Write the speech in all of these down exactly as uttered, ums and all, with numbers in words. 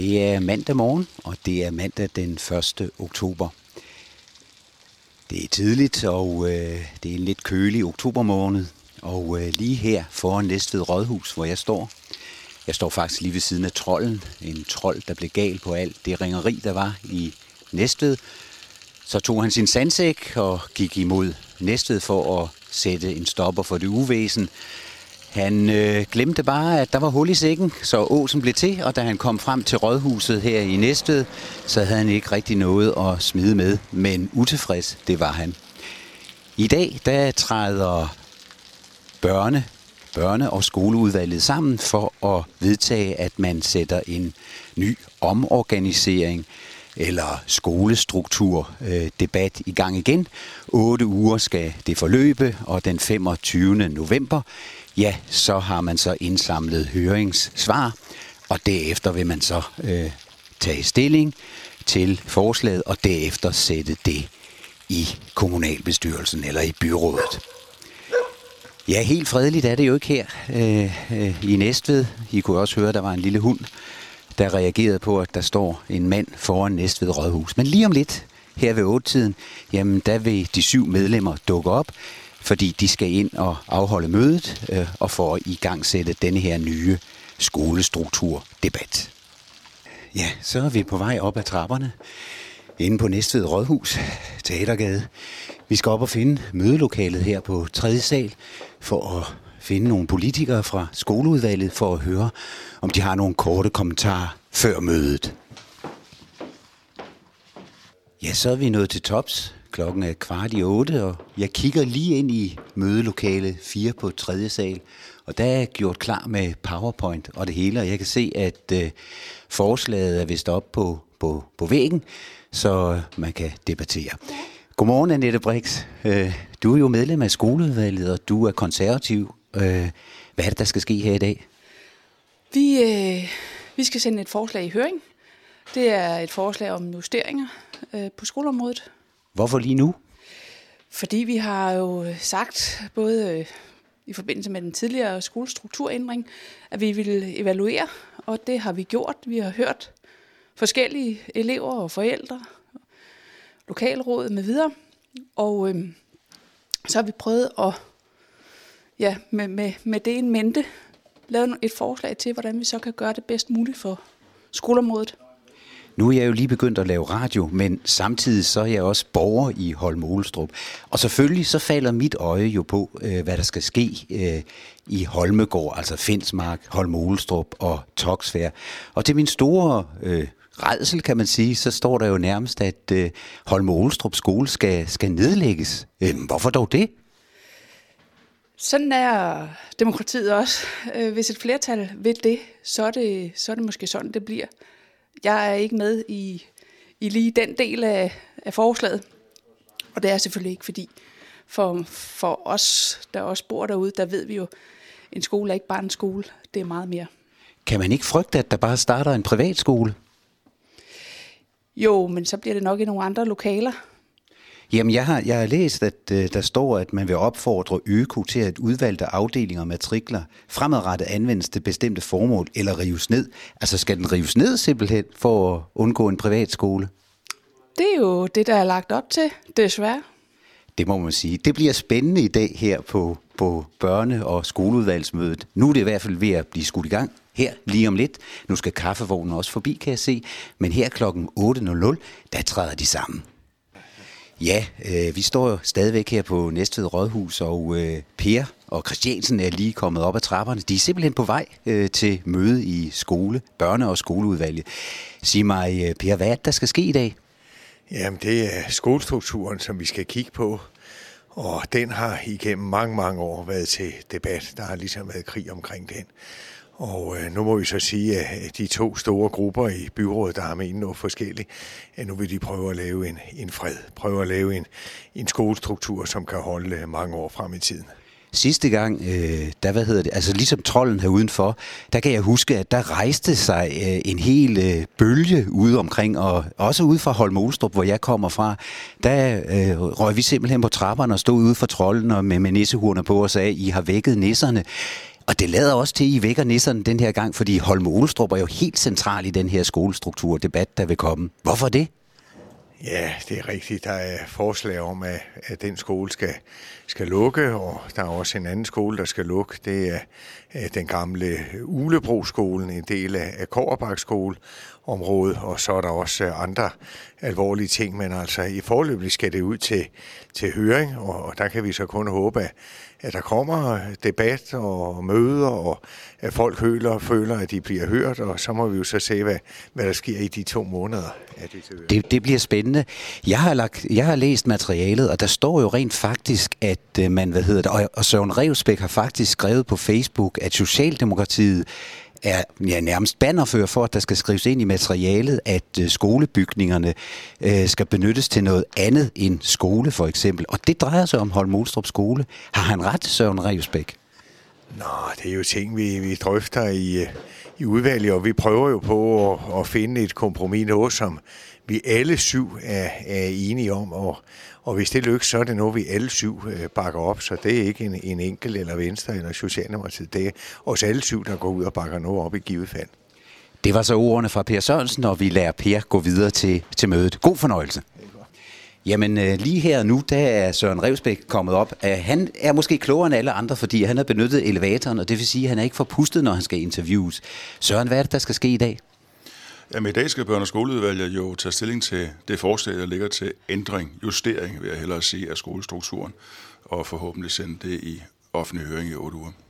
Det er mandag morgen, og det er mandag den første oktober. Det er tidligt, og øh, det er en lidt kølig oktobermåned. Og øh, lige her foran Næstved Rådhus, hvor jeg står, jeg står faktisk lige ved siden af trolden, en trold, der blev gal på alt det ringeri, der var i Næstved. Så tog han sin sandsæk og gik imod Næstved for at sætte en stopper for det uvæsen. Han øh, glemte bare, at der var hul i sækken, så åsen blev til, og da han kom frem til rådhuset her i Næstved, så havde han ikke rigtig noget at smide med, men utilfreds, det var han. I dag, der træder børne, børne- og skoleudvalget sammen for at vedtage, at man sætter en ny omorganisering eller skolestrukturdebat øh, i gang igen. Otte uger skal det forløbe, og den femogtyvende november, ja, så har man så indsamlet høringssvar, og derefter vil man så øh, tage stilling til forslaget, og derefter sætte det i kommunalbestyrelsen eller i byrådet. Ja, helt fredeligt er det jo ikke her øh, øh, i Næstved. I kunne også høre, at der var en lille hund, der reagerede på, at der står en mand foran Næstved Rådhus. Men lige om lidt, her ved otte-tiden, jamen der vil de syv medlemmer dukke op, fordi de skal ind og afholde mødet øh, og for at igangsætte denne her nye skolestrukturdebat. Ja, så er vi på vej op ad trapperne inde på Næstved Rådhus, Teatergade. Vi skal op og finde mødelokalet her på tredje sal for at finde nogle politikere fra skoleudvalget for at høre, om de har nogle korte kommentarer før mødet. Ja, så er vi nået til tops. Klokken er kvart i otte, og jeg kigger lige ind i mødelokale fire på tredje sal. Og der er gjort klar med PowerPoint og det hele, og jeg kan se, at øh, forslaget er vist op på, på, på væggen, så man kan debattere. Godmorgen, Annette Brix. Øh, du er jo medlem af skoleudvalget, og du er konservativ. Øh, hvad er det, der skal ske her i dag? Vi, øh, vi skal sende et forslag i høring. Det er et forslag om justeringer øh, på skoleområdet. Hvorfor lige nu? Fordi vi har jo sagt, både øh, i forbindelse med den tidligere skolestrukturændring, at vi vil evaluere, og det har vi gjort. Vi har hørt forskellige elever og forældre, lokalråd med videre, og øh, så har vi prøvet at, ja, med, med, med det en mente, lave et forslag til, hvordan vi så kan gøre det bedst muligt for skoleområdet. Nu er jeg jo lige begyndt at lave radio, men samtidig så er jeg også borger i Holme-Olstrup. Og selvfølgelig så falder mit øje jo på, øh, hvad der skal ske øh, i Holmegård, altså Fensmark, Holme-Olstrup og Toksvær. Og til min store øh, rædsel, kan man sige, så står der jo nærmest, at øh, Holme-Olstrup skole skal, skal nedlægges. Øh, hvorfor dog det? Sådan er demokratiet også. Hvis et flertal vil det, så er det, så er det måske sådan, det bliver. Jeg er ikke med i, i lige den del af, af forslaget, og det er selvfølgelig ikke, fordi for, for os, der også bor derude, der ved vi jo, en skole er ikke bare en skole, det er meget mere. Kan man ikke frygte, at der bare starter en privatskole? Jo, men så bliver det nok i nogle andre lokaler. Jamen, jeg har, jeg har læst, at øh, der står, at man vil opfordre ØKO til, at udvalgte afdelinger og matrikler fremadrettet anvendes til bestemte formål eller rives ned. Altså, skal den rives ned simpelthen for at undgå en privatskole? Det er jo det, der er lagt op til, desværre. Det må man sige. Det bliver spændende i dag her på, på børne- og skoleudvalgsmødet. Nu er det i hvert fald ved at blive skudt i gang. Her lige om lidt. Nu skal kaffevognen også forbi, kan jeg se. Men her klokken otte nul nul, der træder de sammen. Ja, øh, vi står jo stadigvæk her på Næstved Rådhus, og øh, Per og Christiansen er lige kommet op ad trapperne. De er simpelthen på vej øh, til møde i skole, børne- og skoleudvalget. Sig mig, øh, Per, hvad er det, der skal ske i dag? Jamen, det er skolestrukturen, som vi skal kigge på, og den har igennem mange, mange år været til debat. Der har ligesom været krig omkring den. Og øh, nu må vi så sige, at de to store grupper i byrådet, der har menet noget forskelligt, at nu vil de prøve at lave en, en fred, prøve at lave en, en skolestruktur, som kan holde mange år frem i tiden. Sidste gang, øh, der hvad hedder det, altså ligesom trolden her udenfor, der kan jeg huske, at der rejste sig øh, en hel øh, bølge ude omkring, og også ude fra Holme-Olstrup, hvor jeg kommer fra, der øh, røg vi simpelthen på trapperne og stod ude for trolden og med, med nissehurner på og sagde, I har vækket nisserne. Og det lader også til, at I vækker nisserne den her gang, fordi Holme-Olstrup er jo helt central i den her skolestrukturdebat, der vil komme. Hvorfor det? Ja, det er rigtigt. Der er forslag om, at, at den skole skal, skal lukke, og der er også en anden skole, der skal lukke. Det er, er den gamle Ulebro-skolen, en del af, af Kobberbak-skoleområdet, og så er der også andre alvorlige ting, men altså i forløbet skal det ud til, til høring, og, og der kan vi så kun håbe, at, at der kommer debat og møder, og at folk føler, føler, at de bliver hørt, og så må vi jo så se, hvad, hvad der sker i de to måneder. Det, det, det bliver spændende. Jeg har, lagt, jeg har læst materialet, og der står jo rent faktisk, at øh, man, hvad hedder det, og, og Søren Revsbæk har faktisk skrevet på Facebook, at Socialdemokratiet er ja, nærmest bannerfører for, at der skal skrives ind i materialet, at øh, skolebygningerne øh, skal benyttes til noget andet end skole, for eksempel. Og det drejer sig om Holme-Olstrup skole. Har han ret, Søren Revsbæk? Nå, det er jo ting, vi, vi drøfter i, i udvalget, og vi prøver jo på at, at finde et kompromis, noget som vi alle syv er, er enige om, og, og hvis det lykkes, så er det noget, vi alle syv bakker op, så det er ikke en, en enkelt eller Venstre eller Socialdemokratiet, det er os alle syv, der går ud og bakker noget op i givet fald. Det var så ordene fra Per Sørensen, og vi lader Per gå videre til, til mødet. God fornøjelse. Jamen lige her nu, der er Søren Revsbæk kommet op. Han er måske klogere end alle andre, fordi han har benyttet elevatoren, og det vil sige, at han er ikke forpustet, når han skal interviews. Søren, hvad er det, der skal ske i dag? Jamen i dag skal børne- og skoleudvalget jo tage stilling til det forslag, der ligger til ændring, justering, vil jeg hellere sige, af skolestrukturen, og forhåbentlig sende det i offentlig høring i otte uger.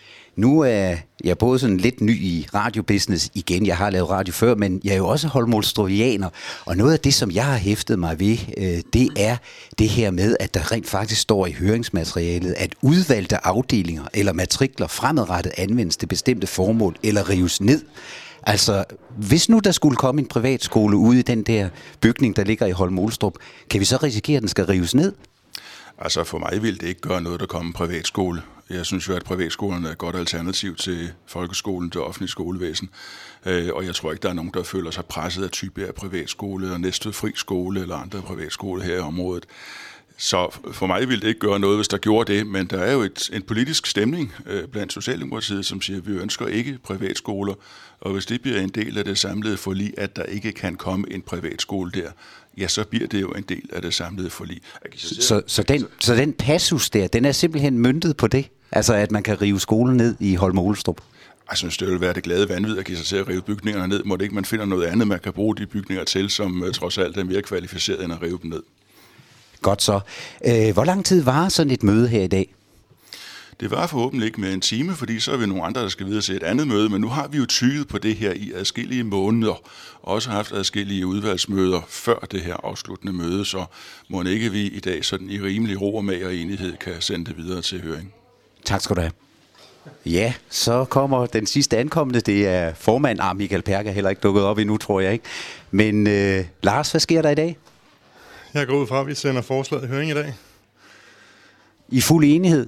Nu er jeg både sådan lidt ny i radiobusiness igen. Jeg har lavet radio før, men jeg er jo også holme-olstrupianer. Og noget af det, som jeg har hæftet mig ved, det er det her med, at der rent faktisk står i høringsmaterialet, at udvalgte afdelinger eller matrikler fremadrettet anvendes til bestemte formål eller rives ned. Altså, hvis nu der skulle komme en privatskole ude i den der bygning, der ligger i Holme-Olstrup, kan vi så risikere, at den skal rives ned? Altså for mig vil det ikke gøre noget, der kommer en privatskole. Jeg synes jo, at privatskolerne er et godt alternativ til folkeskolen, det offentlige skolevæsen. Og jeg tror ikke, der er nogen, der føler sig presset af type af privatskole og Næstved Fri Skole eller andre privatskole her i området. Så for mig ville det ikke gøre noget, hvis der gjorde det, men der er jo et, en politisk stemning øh, blandt Socialdemokratiet, som siger, at vi ønsker ikke privatskoler, og hvis det bliver en del af det samlede forlig, at der ikke kan komme en privatskole der, ja, så bliver det jo en del af det samlede forlig. Så, så, den, så den passus der, den er simpelthen møntet på det? Altså at man kan rive skolen ned i Holme-Olstrup? Jeg synes, det vil være det glade vanvid at give sig til at rive bygningerne ned. Må det ikke man finder noget andet, man kan bruge de bygninger til, som uh, trods alt er mere kvalificeret end at rive dem ned. Godt så. Øh, hvor lang tid var sådan et møde her i dag? Det var forhåbentlig ikke med en time, fordi så er vi nogle andre, der skal videre til et andet møde, men nu har vi jo tyget på det her i adskillige måneder, og også haft adskillige udvalgsmøder før det her afsluttende møde, så må ikke vi i dag sådan i rimelig ro og mag og enighed kan sende det videre til høring. Tak skal du have. Ja, så kommer den sidste ankommende, det er formand, ah, Michael Perk er heller ikke dukket op endnu, tror jeg ikke. Men øh, Lars, hvad sker der i dag? Jeg går ud fra, at vi sender forslaget i høring i dag. I fuld enighed?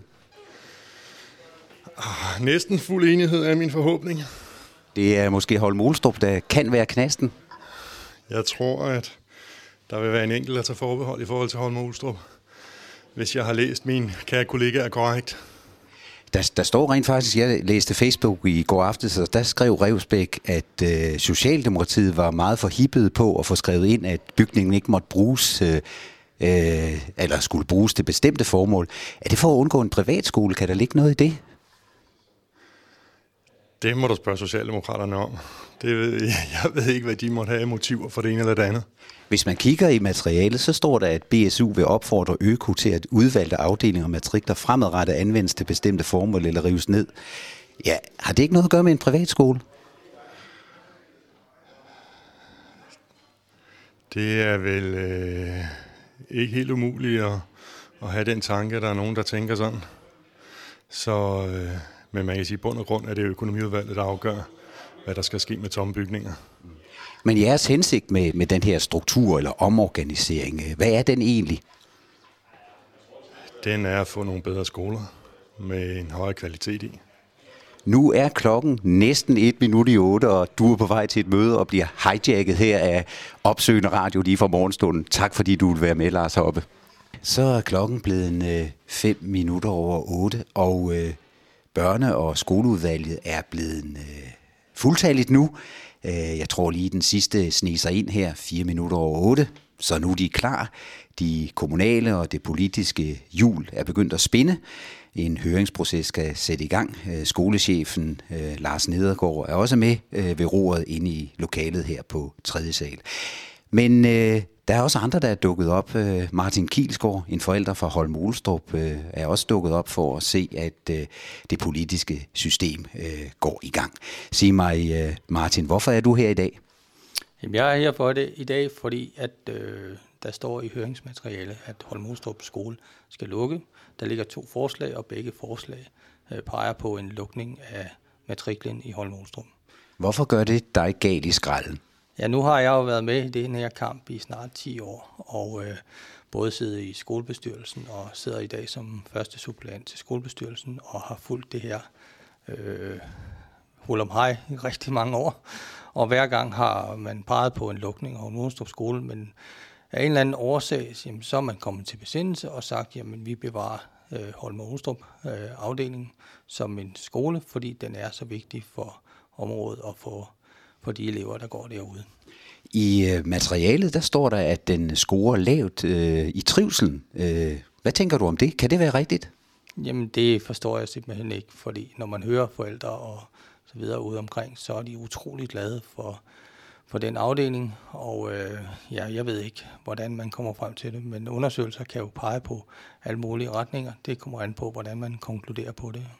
Ah, næsten fuld enighed er min forhåbning. Det er måske Holme-Olstrup, der kan være knasten. Jeg tror, at der vil være en enkelt, der tager forbehold i forhold til Holme-Olstrup, hvis jeg har læst min kære kollega korrekt. Der, der står rent faktisk, jeg læste Facebook i går aftes, og der skrev Revsbæk, at øh, Socialdemokratiet var meget forhippet på at få skrevet ind, at bygningen ikke måtte bruges, øh, øh, eller skulle bruges til bestemte formål. Er det for at undgå en privatskole? Kan der ligge noget i det? Det må du spørge Socialdemokraterne om. Det ved, jeg ved ikke, hvad de måtte have motiver for det ene eller det andet. Hvis man kigger i materialet, så står der, at B S U vil opfordre Øko til, at udvalgte afdelinger og matrikler fremadrettet anvendes til bestemte formål eller rives ned. Ja, har det ikke noget at gøre med en privatskole? Det er vel øh, ikke helt umuligt at, at have den tanke, at der er nogen, der tænker sådan. Så, øh, men man kan sige, at i bund og grund er det økonomiudvalget, der afgør, hvad der skal ske med tomme bygninger. Men jeres hensigt med, med den her struktur eller omorganisering, hvad er den egentlig? Den er at få nogle bedre skoler med en højere kvalitet i. Nu er klokken næsten et minut i otte, og du er på vej til et møde og bliver hijacket her af opsøgende radio lige fra morgenstunden. Tak fordi du vil være med, Lars, heroppe. Så er klokken blevet øh, fem minutter over otte, og øh, børne- og skoleudvalget er blevet øh, fuldtalligt nu. Øh, jeg tror lige, den sidste sneser ind her, fire minutter over otte. Så nu er de klar. De kommunale og det politiske hjul er begyndt at spinde. En høringsproces skal sætte i gang. Skolechefen Lars Nedergaard er også med ved roret inde i lokalet her på tredje sal. Men øh, der er også andre, der er dukket op. Martin Kielsgaard, en forælder fra Holme-Olstrup, øh, er også dukket op for at se, at øh, det politiske system øh, går i gang. Sig mig, øh, Martin, hvorfor er du her i dag? Jamen, jeg er her for det i dag, fordi at, øh, der står i høringsmaterialet, at Holme-Olstrup skole skal lukke. Der ligger to forslag, og begge forslag øh, peger på en lukning af matriklen i Holme-Olstrup. Hvorfor gør det dig galt i skralden? Ja, nu har jeg jo været med i den her kamp i snart ti år, og øh, både siddet i skolebestyrelsen og sidder i dag som første suppleant til skolebestyrelsen og har fulgt det her øh, hul om hej i rigtig mange år. Og hver gang har man peget på en lukning af Holme-Olstrup skole, men af en eller anden årsag, jamen, så er man kommet til besindelse og sagt, jamen vi bevarer øh, Holme-Olstrup øh, afdelingen som en skole, fordi den er så vigtig for området og for, for de elever, der går derude. I øh, materialet, der står der, at den scorer lavt øh, i trivselen. Øh, hvad tænker du om det? Kan det være rigtigt? Jamen det forstår jeg simpelthen ikke, fordi når man hører forældre og så videre ude omkring, så er de utrolig glade for, for den afdeling, og øh, ja, jeg ved ikke, hvordan man kommer frem til det, men undersøgelser kan jo pege på alle mulige retninger. Det kommer an på, hvordan man konkluderer på det.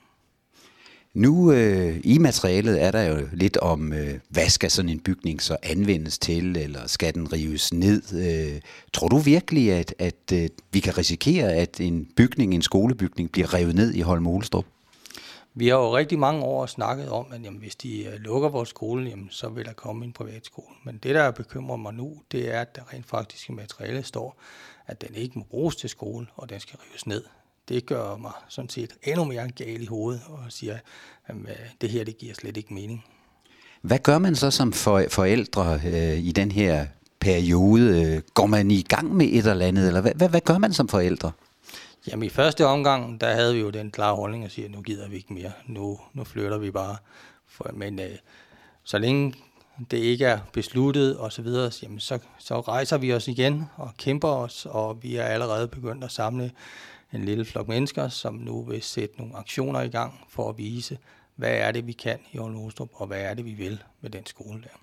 Nu øh, i materialet er der jo lidt om, øh, hvad skal sådan en bygning så anvendes til, eller skal den rives ned? Øh, tror du virkelig, at, at øh, vi kan risikere, at en bygning, en skolebygning, bliver revet ned i Holme-Olstrup? Vi har jo rigtig mange år snakket om, at jamen, hvis de lukker vores skole, jamen, så vil der komme en privatskole. Men det, der bekymrer mig nu, det er, at der rent faktisk i materialet står, at den ikke må bruges til skole, og den skal rives ned. Det gør mig sådan set endnu mere gal i hovedet, og siger, at det her det giver slet ikke mening. Hvad gør man så som for, forældre øh, i den her periode? Går man i gang med et eller andet, eller hvad, hvad, hvad gør man som forældre? Jamen i første omgang, der havde vi jo den klare holdning at sige, at nu gider vi ikke mere. Nu, nu flytter vi bare. For, men øh, så længe det ikke er besluttet og så videre, jamen, så, så rejser vi os igen og kæmper os, og vi er allerede begyndt at samle en lille flok mennesker, som nu vil sætte nogle aktioner i gang for at vise, hvad er det, vi kan i Holme-Olstrup, og hvad er det, vi vil med den skole der.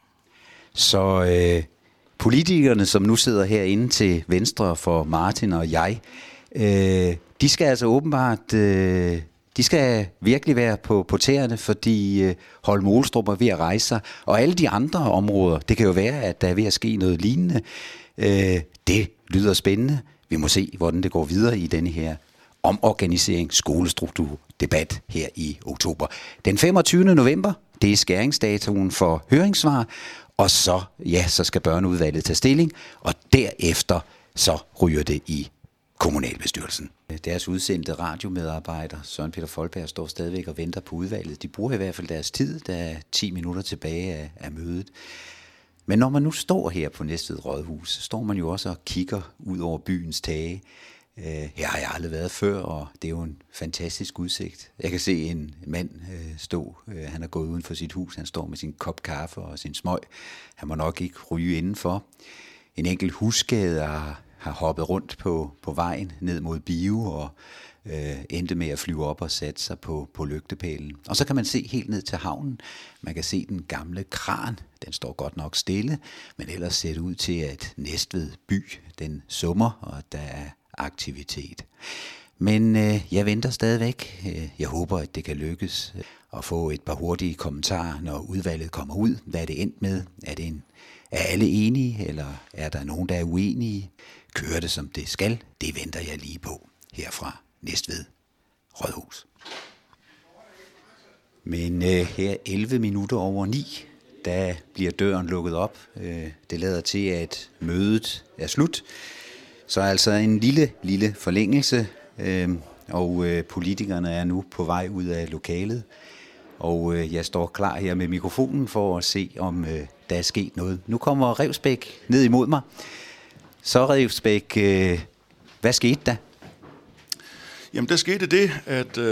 Så øh, politikerne, som nu sidder herinde til venstre for Martin og jeg, øh, de skal altså åbenbart, øh, de skal virkelig være på, på tæerne, fordi øh, Holme-Olstrup er ved at rejse sig, og alle de andre områder, det kan jo være, at der er ved at ske noget lignende. Øh, det lyder spændende. Vi må se, hvordan det går videre i denne her omorganisering, skolestruktur, debat her i oktober. Den femogtyvende november, det er skæringsdatoen for høringssvar, og så, ja, så skal børneudvalget tage stilling, og derefter så ryger det i kommunalbestyrelsen. Deres udsendte radiomedarbejder, Søren Peter Folberg, står stadigvæk og venter på udvalget. De bruger i hvert fald deres tid, der er ti minutter tilbage af, af mødet. Men når man nu står her på Næstved Rådhus, så står man jo også og kigger ud over byens tage. Her har jeg aldrig været før, og det er jo en fantastisk udsigt. Jeg kan se en mand stå, han er gået uden for sit hus, han står med sin kop kaffe og sin smøg. Han må nok ikke ryge indenfor. En enkelt husskade har, har hoppet rundt på, på vejen ned mod Bio, og øh, endte med at flyve op og sætte sig på, på lygtepælen. Og så kan man se helt ned til havnen. Man kan se den gamle kran. Den står godt nok stille, men ellers ser det ud til, at Næstved by, den summer, og der er aktivitet. Men øh, jeg venter stadigvæk. Jeg håber, at det kan lykkes at få et par hurtige kommentarer, når udvalget kommer ud. Hvad er det endt med? Er, det en, er alle enige, eller er der nogen, der er uenige? Kører det, som det skal? Det venter jeg lige på herfra Næstved Rådhus. Men øh, her elleve minutter over ni, der bliver døren lukket op. Øh, det lader til, at mødet er slut. Så altså en lille, lille forlængelse, øh, og øh, politikerne er nu på vej ud af lokalet. Og øh, jeg står klar her med mikrofonen for at se, om øh, der er sket noget. Nu kommer Revsbæk ned imod mig. Så Revsbæk, øh, hvad skete der? Jamen der skete det, at øh,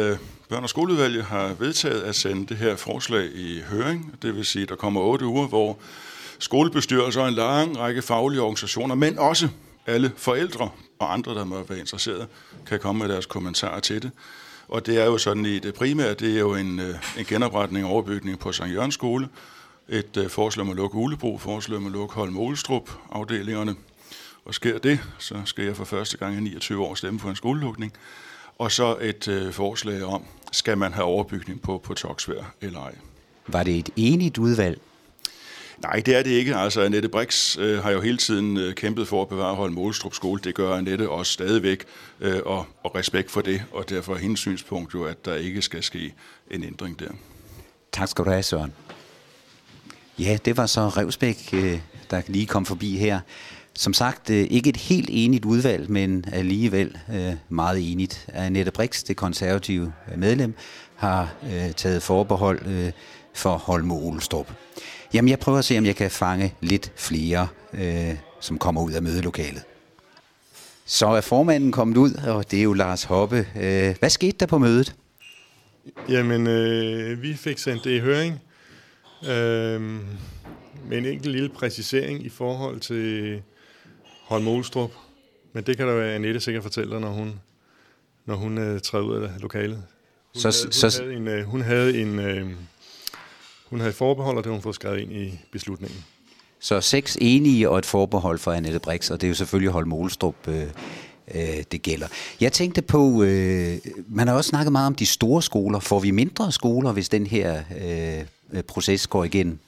Børn- og skoleudvalget har vedtaget at sende det her forslag i høring. Det vil sige, at der kommer otte uger, hvor skolebestyrelser og en lang række faglige organisationer, men også alle forældre og andre, der må være interesserede, kan komme med deres kommentarer til det. Og det er jo sådan i det primære, det er jo en, en genopretning og overbygning på Sankt Jørgens skole. Et uh, forslag om at lukke Ulebro, forslag om at lukke Holme-Olstrup afdelingerne. Og sker det, så skal jeg for første gang i niogtyve år stemme for en skolelukning. Og så et uh, forslag om, skal man have overbygning på, på Toksvær eller ej. Var det et enigt udvalg? Nej, det er det ikke. Altså, Annette Brix øh, har jo hele tiden øh, kæmpet for at bevare Holme-Olstrup skole. Det gør Annette også stadigvæk, øh, og, og respekt for det, og derfor er hendes synspunkt jo, at der ikke skal ske en ændring der. Tak skal du have, Søren. Ja, det var så Revsbæk, øh, der lige kom forbi her. Som sagt, øh, ikke et helt enigt udvalg, men alligevel øh, meget enigt. Annette Brix, det konservative medlem, har øh, taget forbehold øh, for Holme-Olstrup. Jamen, jeg prøver at se, om jeg kan fange lidt flere, øh, som kommer ud af mødelokalet. Så er formanden kommet ud, og det er jo Lars Hoppe. Øh, hvad skete der på mødet? Jamen, øh, vi fik sendt det i høring øh, med en enkelt lille præcisering i forhold til Holme-Olstrup. Men det kan der være Annette sikkert fortælle dig, når hun, når hun øh, træder ud af lokalet. Hun, så, havde, hun, så, havde en, øh, hun havde en... Øh, Hun havde et forbehold, og det har hun fået skrevet ind i beslutningen. Så seks enige og et forbehold for Annette Brix, og det er jo selvfølgelig Holme-Olstrup, øh, øh, det gælder. Jeg tænkte på, øh, man har også snakket meget om de store skoler. Får vi mindre skoler, hvis den her øh, proces går igennem?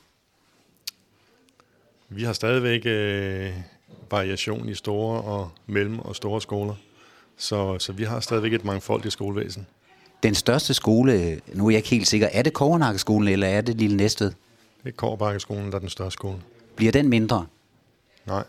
Vi har stadigvæk øh, variation i store og mellem- og store skoler, så, så vi har stadigvæk et mangfoldigt skolevæsen. Den største skole, nu er jeg ikke helt sikker, er det Kobernakkeskolen, eller er det Lille Næstved? Det er Kobberbakkeskolen, der er den største skole. Bliver den mindre? Nej.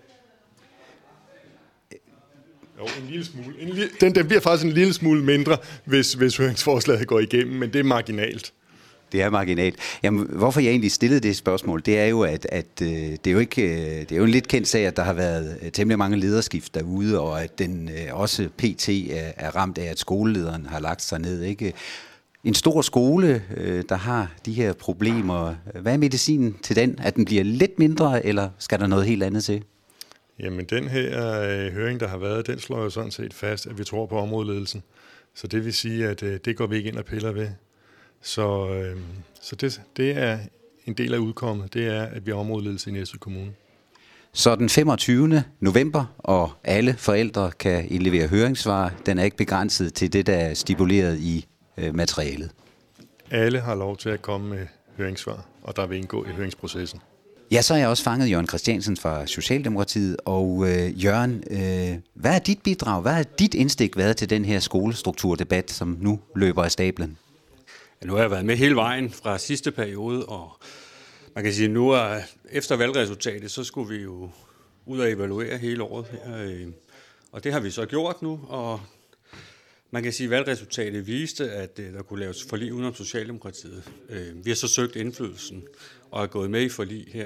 Jo, en lille smule. En lille, den, den bliver faktisk en lille smule mindre, hvis, hvis høringsforslaget går igennem, men det er marginalt. Det er marginalt. Jamen, hvorfor jeg egentlig stillede det spørgsmål, det er jo, at, at øh, det er jo ikke, øh, det er jo en lidt kendt sag, at der har været øh, temmelig mange lederskift derude, og at den øh, også pt. Er, er ramt af, at skolelederen har lagt sig ned. Ikke? En stor skole, øh, der har de her problemer. Hvad er medicinen til den? At den bliver lidt mindre, eller skal der noget helt andet til? Jamen, den her øh, høring, der har været, den slår jo sådan set fast, at vi tror på områdeledelsen. Så det vil sige, at øh, det går vi ikke ind og piller ved. Så, øh, så det, det er en del af udkommet, det er, at vi har områdeledelse i Næstved Kommune. Så den femogtyvende november, og alle forældre kan indlevere høringssvar. Den er ikke begrænset til det, der er stipuleret i øh, materialet. Alle har lov til at komme med høringssvar, og der vil indgå i høringsprocessen. Ja, så har jeg også fanget Jørgen Christiansen fra Socialdemokratiet. Og øh, Jørgen, øh, hvad er dit bidrag? Hvad er dit indstik været til den her skolestrukturdebat, som nu løber af stablen? Ja, nu har jeg været med hele vejen fra sidste periode, og man kan sige, at nu er, efter valgresultatet, så skulle vi jo ud og evaluere hele året her. Og det har vi så gjort nu, og man kan sige, at valgresultatet viste, at der kunne laves forlig udenom Socialdemokratiet. Vi har så søgt indflydelsen og er gået med i forlig her.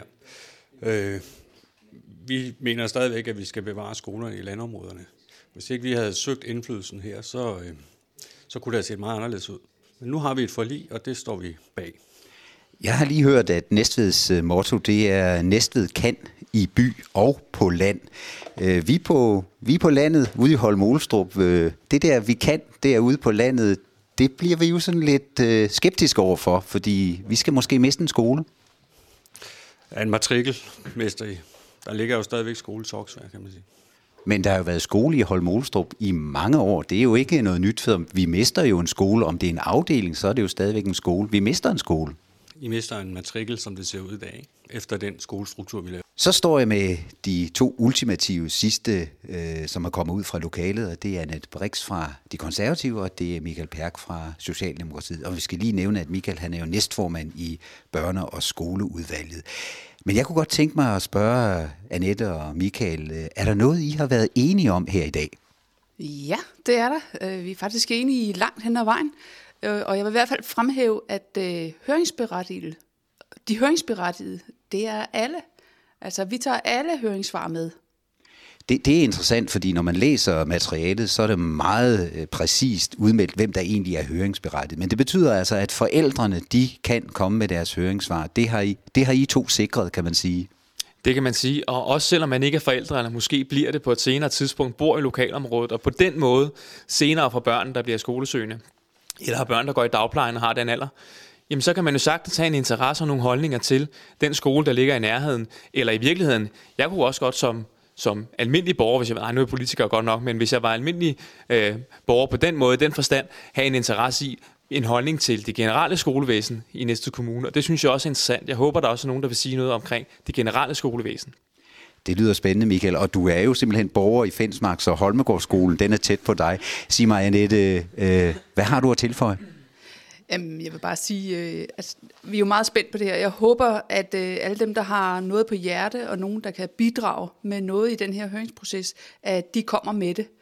Vi mener stadigvæk, at vi skal bevare skolerne i landområderne. Hvis ikke vi havde søgt indflydelsen her, så, så kunne det have set meget anderledes ud. Men nu har vi et forlig, og det står vi bag. Jeg har lige hørt, at Næstveds motto, det er Næstved kan i by og på land. Vi er på, vi er på landet ude i Holme-Olstrup. Det der, vi kan derude på landet, det bliver vi jo sådan lidt skeptiske overfor, fordi vi skal måske miste en skole. Ja, en matrikelmester i. Der ligger jo stadigvæk skole Toksvær, kan man sige. Men der har jo været skole i Holme-Olstrup i mange år. Det er jo ikke noget nyt, for vi mister jo en skole. Om det er en afdeling, så er det jo stadigvæk en skole. Vi mister en skole. I mister en matrikel, som det ser ud i dag, efter den skolestruktur, vi laver. Så står jeg med de to ultimative sidste, øh, som er kommet ud fra lokalet, og det er Annette Brix fra De Konservative, og det er Michael Perk fra Socialdemokratiet. Og vi skal lige nævne, at Michael han er jo næstformand i børne- og skoleudvalget. Men jeg kunne godt tænke mig at spørge Annette og Michael, er der noget, I har været enige om her i dag? Ja, det er der. Vi er faktisk enige langt hen ad vejen. Og jeg vil i hvert fald fremhæve, at høringsberettigede, de høringsberettigede, det er alle. Altså, vi tager alle høringssvar med. Det, det er interessant, fordi når man læser materialet, så er det meget øh, præcist udmeldt, hvem der egentlig er høringsberettiget. Men det betyder altså, at forældrene, de kan komme med deres høringssvar. Det har I, det har I to sikret, kan man sige. Det kan man sige, og også selvom man ikke er forældre, eller måske bliver det på et senere tidspunkt, bor i lokalområdet, og på den måde senere for børn, der bliver skolesøgende, eller har børn, der går i dagplejen og har den alder, jamen så kan man jo sagtens have en interesse og nogle holdninger til den skole, der ligger i nærheden, eller i virkeligheden, jeg kunne også godt som som almindelig borger, hvis jeg var, nu er politiker godt nok, men hvis jeg var almindelig øh, borger på den måde, den forstand, have en interesse i en holdning til det generelle skolevæsen i næste kommune, og det synes jeg også er interessant. Jeg håber, der også er nogen, der vil sige noget omkring det generelle skolevæsen. Det lyder spændende, Michael, og du er jo simpelthen borger i Fensmark, så Holmegårdsskolen, den er tæt på dig. Sig mig, Annette, øh, hvad har du at tilføje? Jamen, jeg vil bare sige, øh, at vi er jo meget spændt på det her. Jeg håber, at øh, alle dem, der har noget på hjerte, og nogen, der kan bidrage med noget i den her høringsproces, at de kommer med det.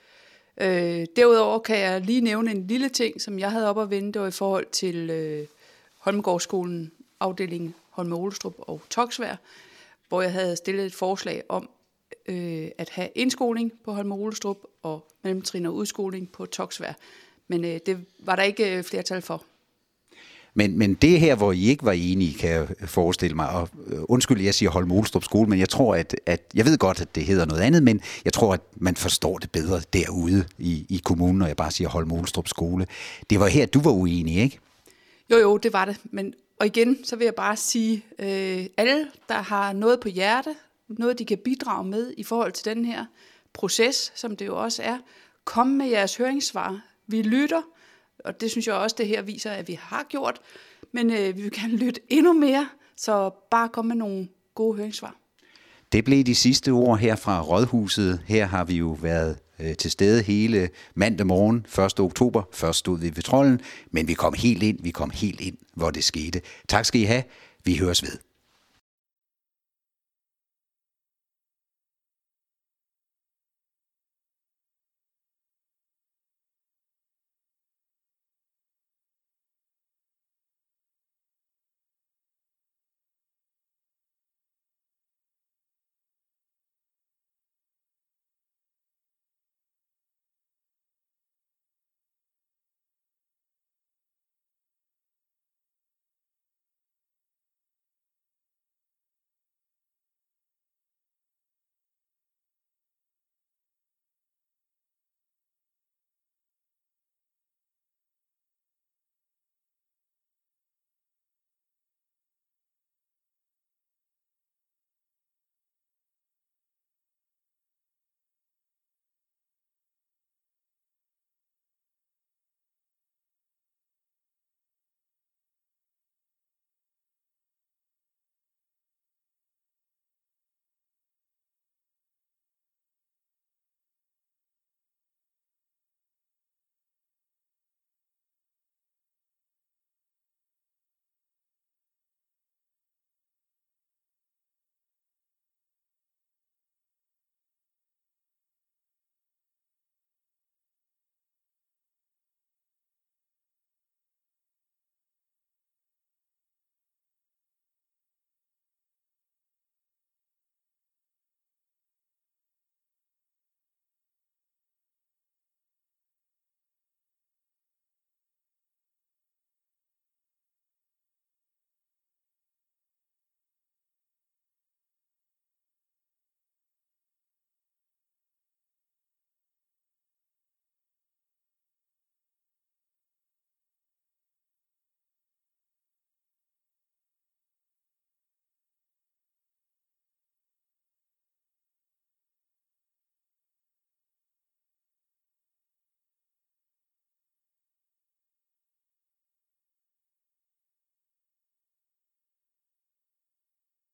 Øh, derudover kan jeg lige nævne en lille ting, som jeg havde op at vende, det var i forhold til øh, Holmegårdsskolen, afdelingen Holme-Olestrup og Toksvær, hvor jeg havde stillet et forslag om øh, at have indskoling på Holme-Olestrup og mellemtrin og udskoling på Toksvær. Men øh, det var der ikke øh, flertal for. Men, men det her, hvor I ikke var enige, kan jeg forestille mig, og undskyld, jeg siger Holme-Olestrup skole, men jeg tror, at, at jeg ved godt, at det hedder noget andet, men jeg tror, at man forstår det bedre derude i, i kommunen, når jeg bare siger Holme-Olestrup skole. Det var her, du var uenig, ikke? Jo, jo, det var det. Men, og igen, så vil jeg bare sige, øh, alle, der har noget på hjerte, noget, de kan bidrage med i forhold til den her proces, som det jo også er, kom med jeres høringssvar. Vi lytter, og det synes jeg også, det her viser, at vi har gjort, men øh, vi vil gerne lytte endnu mere, så bare kom med nogle gode høringssvar. Det blev de sidste ord her fra Rådhuset. Her har vi jo været øh, til stede hele mandag morgen, første oktober. Først stod vi ved trolden, men vi kom helt ind, vi kom helt ind, hvor det skete. Tak skal I have. Vi høres ved.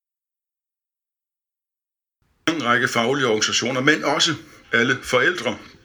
En række faglige organisationer, men også alle forældre